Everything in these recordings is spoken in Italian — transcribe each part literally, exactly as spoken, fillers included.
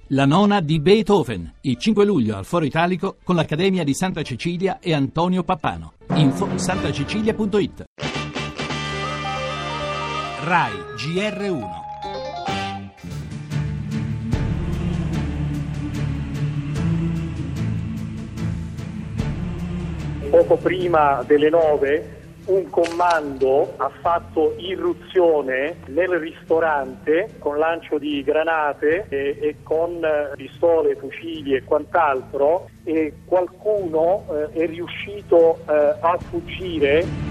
La nona di Beethoven, il cinque luglio al Foro Italico con l'Accademia di Santa Cecilia e Antonio Pappano. Info santacecilia punto it. Rai G R uno. Poco prima delle nove un comando ha fatto irruzione nel ristorante con lancio di granate e, e con pistole, fucili e quant'altro, e qualcuno eh, è riuscito eh, a fuggire.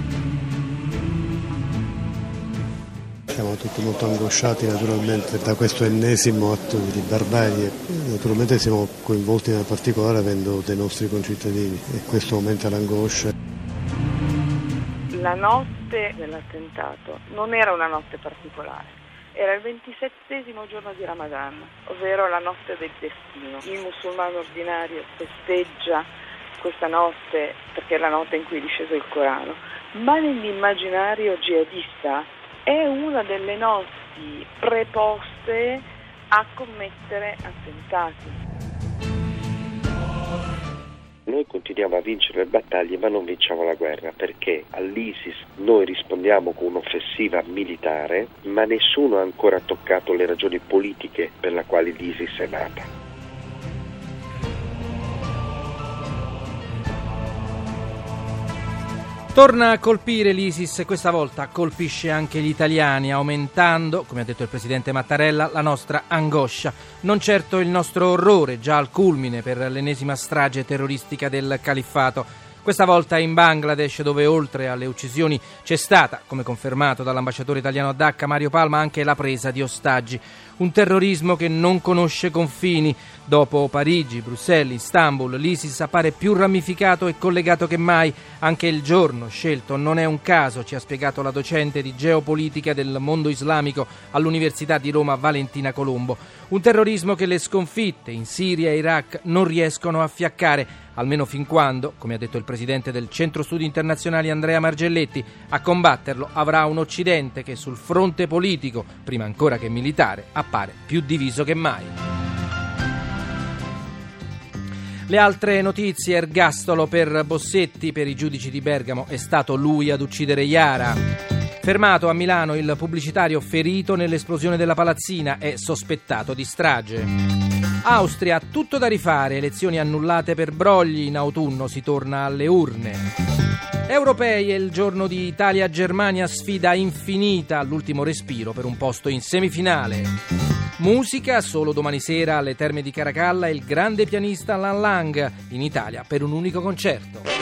Siamo tutti molto angosciati naturalmente da questo ennesimo atto di barbarie. Naturalmente siamo coinvolti nel particolare avendo dei nostri concittadini e questo aumenta l'angoscia. La notte dell'attentato non era una notte particolare, era il ventisettesimo giorno di Ramadan, ovvero la notte del destino. Il musulmano ordinario festeggia questa notte perché è la notte in cui è disceso il Corano, ma nell'immaginario jihadista è una delle notti preposte a commettere attentati. Noi continuiamo a vincere le battaglie ma non vinciamo la guerra, perché all'ISIS noi rispondiamo con un'offensiva militare, ma nessuno ha ancora toccato le ragioni politiche per le quali l'ISIS è nata. Torna a colpire l'ISIS e questa volta colpisce anche gli italiani, aumentando, come ha detto il presidente Mattarella, la nostra angoscia. Non certo il nostro orrore, già al culmine per l'ennesima strage terroristica del califfato. Questa volta in Bangladesh, dove oltre alle uccisioni c'è stata, come confermato dall'ambasciatore italiano a Dacca Mario Palma, anche la presa di ostaggi. Un terrorismo che non conosce confini. Dopo Parigi, Bruxelles, Istanbul, l'ISIS appare più ramificato e collegato che mai. Anche il giorno scelto non è un caso, ci ha spiegato la docente di geopolitica del mondo islamico all'Università di Roma Valentina Colombo. Un terrorismo che le sconfitte in Siria e Iraq non riescono a fiaccare, almeno fin quando, come ha detto il presidente del Centro Studi Internazionali Andrea Margelletti, a combatterlo avrà un Occidente che sul fronte politico, prima ancora che militare, appare più diviso che mai. Le altre notizie: ergastolo per Bossetti, per i giudici di Bergamo è stato lui ad uccidere Iara. Fermato a Milano il pubblicitario ferito nell'esplosione della palazzina, è sospettato di strage. Austria, tutto da rifare, elezioni annullate per brogli, in autunno si torna alle urne. Europei, è il giorno di Italia-Germania, sfida infinita, all'ultimo respiro per un posto in semifinale. Musica, solo domani sera alle Terme di Caracalla il grande pianista Lan Lang in Italia per un unico concerto.